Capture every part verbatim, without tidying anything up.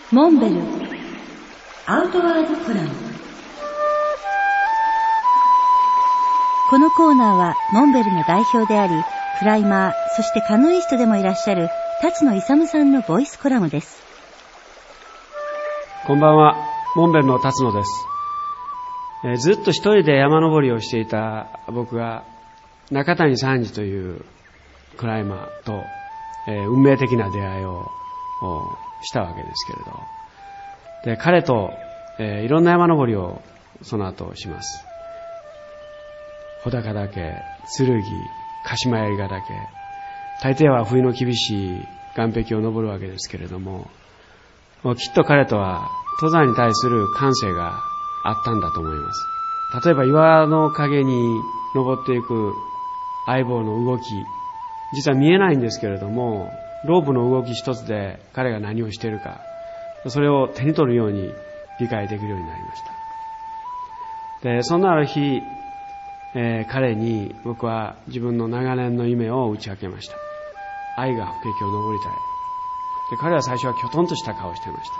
モンベルアウトワードプラン。このコーナーはモンベルの代表であり、クライマー、そしてカヌイストでもいらっしゃる辰野勇さんのボイスコラムです。 こんばんは、モンベルの辰野です。えー、ずっと一人で山登りをしていた僕が中谷三次というクライマーと、えー、運命的な出会いをしたわけですけれど、で彼と、えー、いろんな山登りをその後します。穂高岳、剣、鹿島槍ヶ岳、大抵は冬の厳しい岩壁を登るわけですけれども、きっと彼とは登山に対する感性があったんだと思います。例えば岩の陰に登っていく相棒の動き、実は見えないんですけれども、ロープの動き一つで彼が何をしているか、それを手に取るように理解できるようになりました。で、そんなある日、えー、彼に僕は自分の長年の夢を打ち明けました。愛が法華経を登りたい。で、彼は最初はきょとんとした顔をしていました。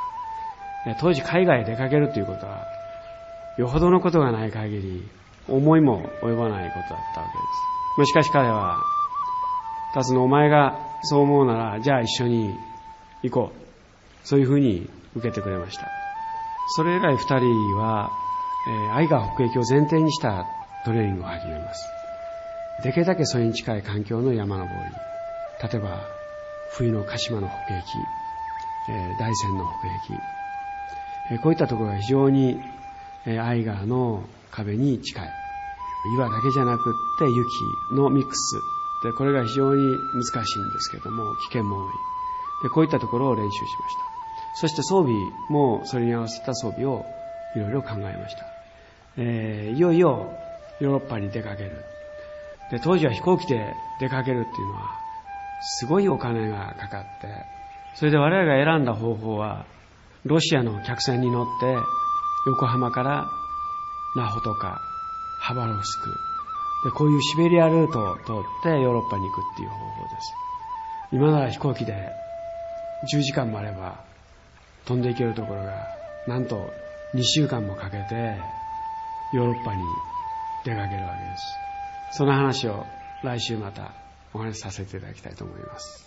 で、当時海外へ出かけるということはよほどのことがない限り思いも及ばないことだったわけです。まあ、しかし彼は、辰野お前がそう思うならじゃあ一緒に行こう、そういうふうに受けてくれました。それ以来二人は、えー、愛が法華経を前提にしたトレーニングを始めます。できるだけそれに近い環境の山登り、例えば冬の鹿島の法華経、えー、大山の法華経、えー、こういったところが非常に、えー、愛川の壁に近い。岩だけじゃなくって雪のミックスで、これが非常に難しいんですけれども、危険も多い。で、こういったところを練習しました。そして装備もそれに合わせた装備をいろいろ考えました。えー、いよいよヨーロッパに出かける。で、当時は飛行機で出かけるっていうのはすごいお金がかかって、それで我々が選んだ方法はロシアの客船に乗って横浜からナホとかハバロフスクで、こういうシベリアルートを通ってヨーロッパに行くっていう方法です。今なら飛行機でじゅうじかんもあれば飛んでいけるところが、なんとにしゅうかんもかけてヨーロッパに出かけるわけです。その話を来週またお話しさせていただきたいと思います。